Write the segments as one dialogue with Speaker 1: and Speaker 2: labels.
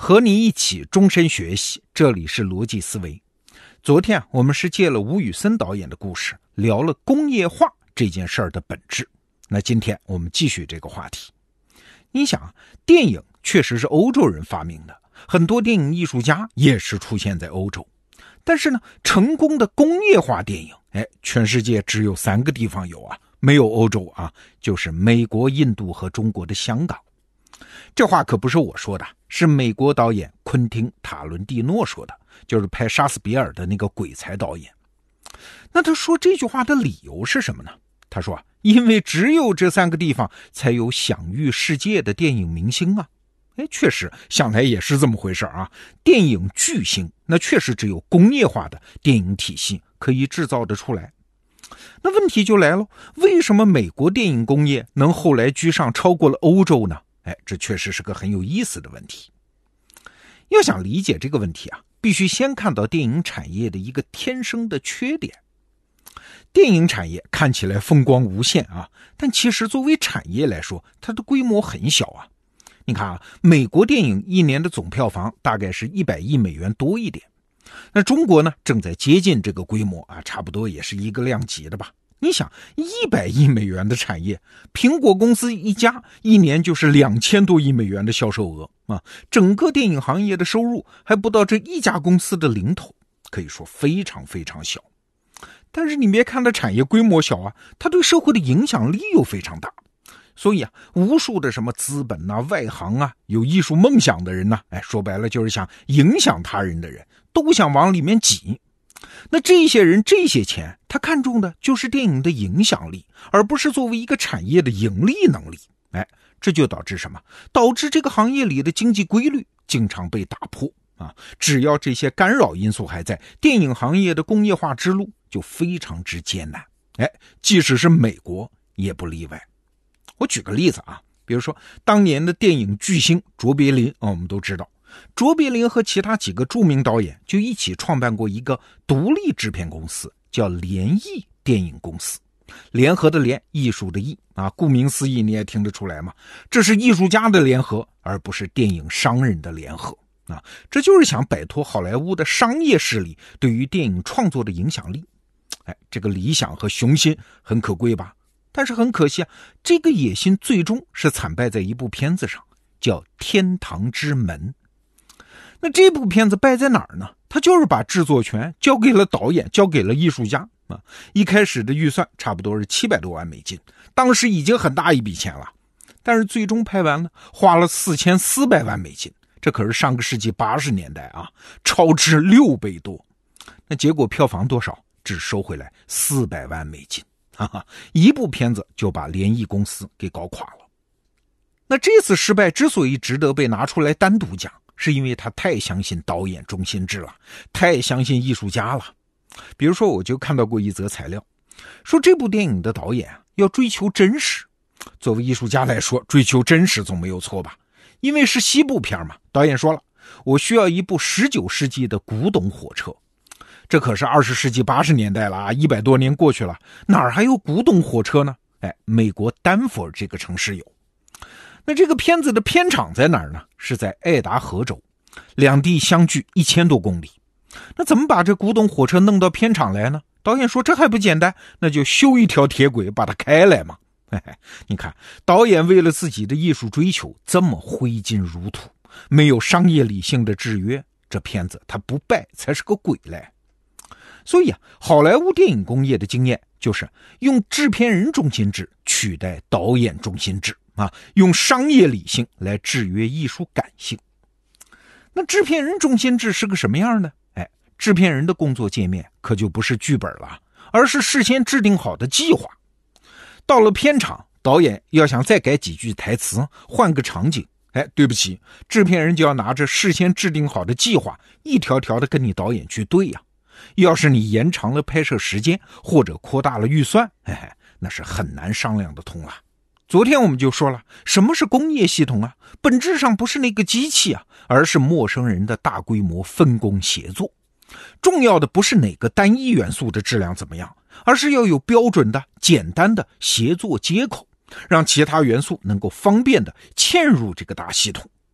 Speaker 1: 和你一起终身学习，这里是逻辑思维。昨天我们是借了吴宇森导演的故事，聊了工业化这件事儿的本质。那今天我们继续这个话题。你想，电影确实是欧洲人发明的，很多电影艺术家也是出现在欧洲。但是呢，成功的工业化电影，全世界只有3个地方有啊，没有欧洲啊，就是美国、印度和中国的香港。这话可不是我说的，是美国导演昆汀·塔伦蒂诺说的，就是拍杀死比尔的那个鬼才导演。那他说这句话的理由是什么呢？他说因为只有这3个地方才有享誉世界的电影明星啊。确实想来也是这么回事啊。电影巨星那确实只有工业化的电影体系可以制造得出来。那问题就来了，为什么美国电影工业能后来居上超过了欧洲呢？这确实是个很有意思的问题。要想理解这个问题啊，必须先看到电影产业的一个天生的缺点。电影产业看起来风光无限啊，但其实作为产业来说，它的规模很小啊。你看啊，美国电影一年的总票房大概是100亿美元多一点。那中国呢，正在接近这个规模啊，差不多也是一个量级的吧。你想100亿美元的产业，苹果公司一家一年就是2000多亿美元的销售额啊，整个电影行业的收入还不到这一家公司的零头，可以说非常非常小。但是你别看它产业规模小啊，它对社会的影响力又非常大。所以啊，无数的什么资本啊、外行啊、有艺术梦想的人呢，说白了就是想影响他人的人，都想往里面挤。那这些人这些钱，他看重的就是电影的影响力，而不是作为一个产业的盈利能力。这就导致什么？导致这个行业里的经济规律经常被打破啊！只要这些干扰因素还在，电影行业的工业化之路就非常之艰难。即使是美国也不例外。我举个例子啊，比如说当年的电影巨星卓别林我们都知道，卓别林和其他几个著名导演就一起创办过一个独立制片公司，叫联艺电影公司。联合的联，艺术的艺啊，顾名思义你也听得出来嘛，这是艺术家的联合，而不是电影商人的联合啊。这就是想摆脱好莱坞的商业势力对于电影创作的影响力。这个理想和雄心很可贵吧？但是很可惜啊，这个野心最终是惨败在一部片子上，叫《天堂之门》。那这部片子败在哪儿呢？他就是把制作权交给了导演，交给了艺术家啊。一开始的预算差不多是700多万美金，当时已经很大一笔钱了。但是最终拍完了，花了4400万美金，这可是上个世纪80年代啊，超支6倍多。那结果票房多少？只收回来400万美金。一部片子就把联艺公司给搞垮了。那这次失败之所以值得被拿出来单独讲，是因为他太相信导演中心制了，太相信艺术家了。比如说我就看到过一则材料，说这部电影的导演要追求真实。作为艺术家来说，追求真实总没有错吧？因为是西部片嘛，导演说了，我需要一部19世纪的古董火车。这可是20世纪80年代了啊，100多年过去了，哪儿还有古董火车呢？美国丹佛这个城市有。那这个片子的片场在哪儿呢？是在爱达荷州，两地相距1000多公里。那怎么把这古董火车弄到片场来呢？导演说这还不简单，那就修一条铁轨把它开来嘛。你看，导演为了自己的艺术追求这么挥金如土，没有商业理性的制约，这片子它不败才是个鬼来。所以啊，好莱坞电影工业的经验就是用制片人中心制取代导演中心制啊，用商业理性来制约艺术感性。那制片人中心制是个什么样呢？制片人的工作界面可就不是剧本了，而是事先制定好的计划。到了片场，导演要想再改几句台词，换个场景，对不起，制片人就要拿着事先制定好的计划，一条条的跟你导演去对呀。要是你延长了拍摄时间或者扩大了预算，那是很难商量得通啊。昨天我们就说了，什么是工业系统啊？本质上不是那个机器啊，而是陌生人的大规模分工协作。重要的不是哪个单一元素的质量怎么样，而是要有标准的、简单的协作接口，让其他元素能够方便的嵌入这个大系统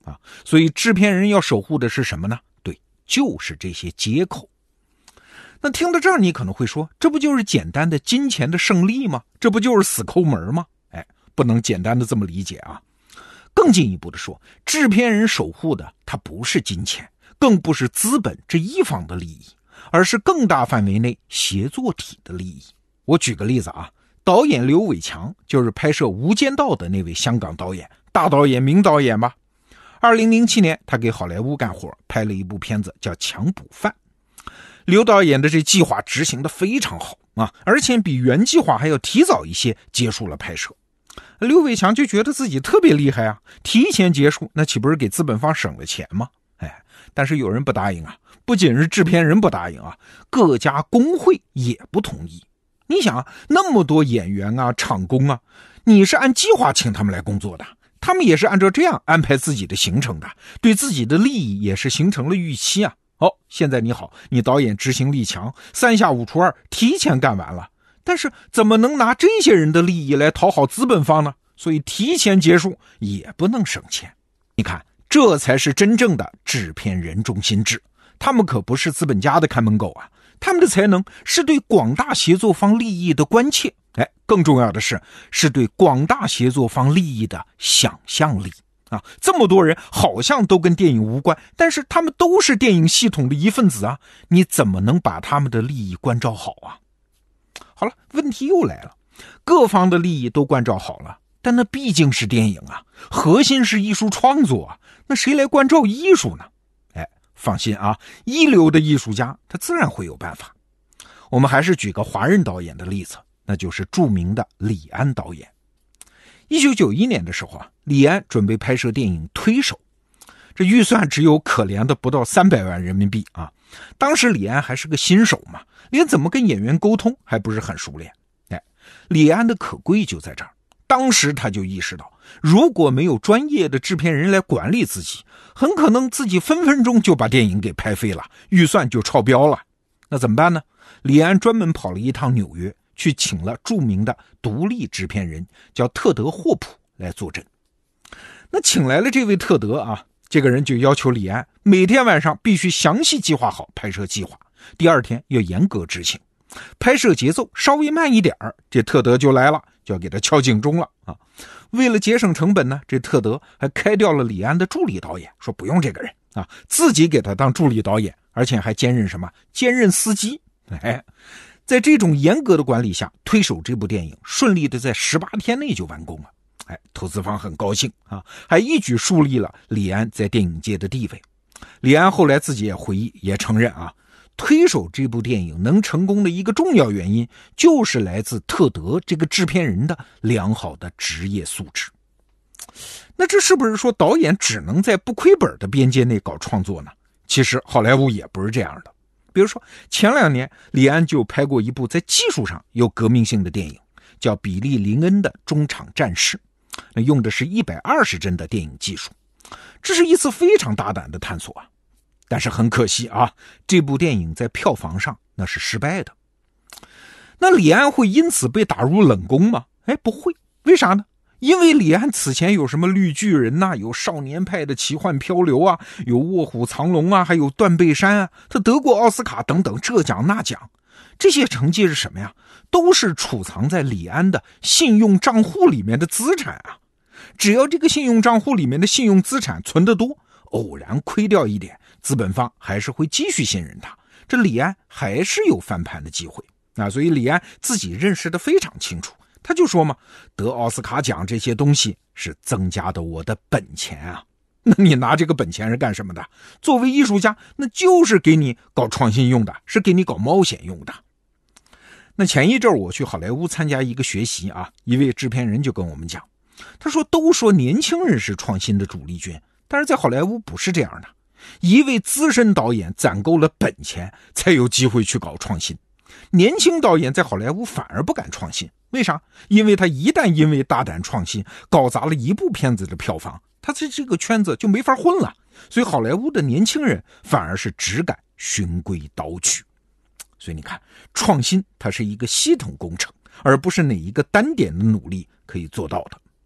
Speaker 1: 啊。所以制片人要守护的是什么呢？对，就是这些接口。那听到这儿，你可能会说，这不就是简单的金钱的胜利吗？这不就是死抠门吗？不能简单的这么理解啊。更进一步的说，制片人守护的它不是金钱，更不是资本这一方的利益，而是更大范围内协作体的利益。我举个例子啊，导演刘伟强就是拍摄《无间道》的那位香港导演，大导演、名导演吧。2007年，他给好莱坞干活，拍了一部片子叫《抢捕犯》。刘导演的这计划执行的非常好啊，而且比原计划还要提早一些结束了拍摄。刘伟强就觉得自己特别厉害啊，提前结束，那岂不是给资本方省了钱吗？但是有人不答应啊，不仅是制片人不答应啊，各家工会也不同意。你想啊，那么多演员啊、场工啊，你是按计划请他们来工作的，他们也是按照这样安排自己的行程的，对自己的利益也是形成了预期啊。现在你好，你导演执行力强，3下5除2提前干完了，但是怎么能拿这些人的利益来讨好资本方呢？所以提前结束也不能省钱。你看，这才是真正的制片人中心制，他们可不是资本家的看门狗啊，他们的才能是对广大协作方利益的关切，更重要的是对广大协作方利益的想象力啊。这么多人好像都跟电影无关，但是他们都是电影系统的一份子啊，你怎么能把他们的利益关照好啊？好了，问题又来了，各方的利益都关照好了，但那毕竟是电影啊，核心是艺术创作啊，那谁来关照艺术呢？放心啊，一流的艺术家他自然会有办法。我们还是举个华人导演的例子，那就是著名的李安导演。1991年的时候啊，李安准备拍摄电影《推手》，这预算只有可怜的不到300万人民币啊。当时李安还是个新手嘛，连怎么跟演员沟通还不是很熟练。李安的可贵就在这儿，当时他就意识到，如果没有专业的制片人来管理自己，很可能自己分分钟就把电影给拍废了，预算就超标了。那怎么办呢？李安专门跑了一趟纽约，去请了著名的独立制片人叫特德·霍普来坐镇。那请来了这位特德啊，这个人就要求李安每天晚上必须详细计划好拍摄计划，第二天要严格执行，拍摄节奏稍微慢一点这特德就来了，就要给他敲警钟了啊！为了节省成本呢，这特德还开掉了李安的助理导演，说不用这个人啊，自己给他当助理导演，而且还兼任什么？兼任司机。在这种严格的管理下，《推手》这部电影顺利的在18天内就完工了。投资方很高兴啊，还一举树立了李安在电影界的地位。李安后来自己也回忆，也承认啊，《推手》这部电影能成功的一个重要原因，就是来自特德这个制片人的良好的职业素质。那这是不是说导演只能在不亏本的边界内搞创作呢？其实好莱坞也不是这样的。比如说前2年李安就拍过一部在技术上有革命性的电影，叫比利·林恩的中场战士，那用的是120帧的电影技术，这是一次非常大胆的探索啊。但是很可惜啊，这部电影在票房上那是失败的。那李安会因此被打入冷宫吗？不会。为啥呢？因为李安此前有什么绿巨人啊，有少年派的奇幻漂流啊，有卧虎藏龙啊，还有断背山啊，他得过奥斯卡等等这奖那奖。这些成绩是什么呀？都是储藏在李安的信用账户里面的资产啊。只要这个信用账户里面的信用资产存得多，偶然亏掉一点，资本方还是会继续信任他，这李安还是有翻盘的机会啊。所以李安自己认识得非常清楚，他就说嘛，得奥斯卡奖这些东西是增加的我的本钱啊。那你拿这个本钱是干什么的？作为艺术家，那就是给你搞创新用的，是给你搞冒险用的。那前一阵我去好莱坞参加一个学习啊，一位制片人就跟我们讲，他说都说年轻人是创新的主力军，但是在好莱坞不是这样的，一位资深导演攒够了本钱才有机会去搞创新，年轻导演在好莱坞反而不敢创新。为啥？因为他一旦因为大胆创新搞砸了一部片子的票房，他在这个圈子就没法混了。所以好莱坞的年轻人反而是只敢循规蹈矩。所以你看，创新它是一个系统工程，而不是哪一个单点的努力可以做到的。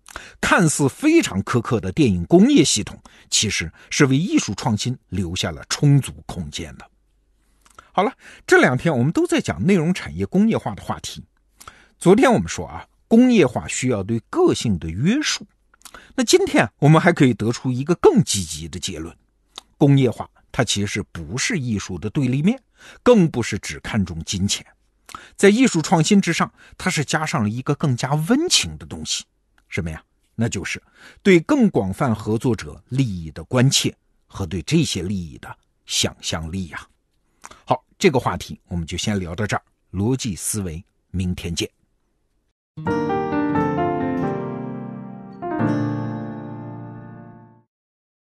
Speaker 1: 看似非常苛刻的电影工业系统，其实是为艺术创新留下了充足空间的。好了，这2天我们都在讲内容产业工业化的话题。昨天我们说工业化需要对个性的约束。那今天我们还可以得出一个更积极的结论：工业化它其实不是艺术的对立面，更不是只看重金钱。在艺术创新之上，它是加上了一个更加温情的东西。什么呀？那就是对更广泛合作者利益的关切和对这些利益的想象力呀。好，这个话题我们就先聊到这儿。逻辑思维，明天见。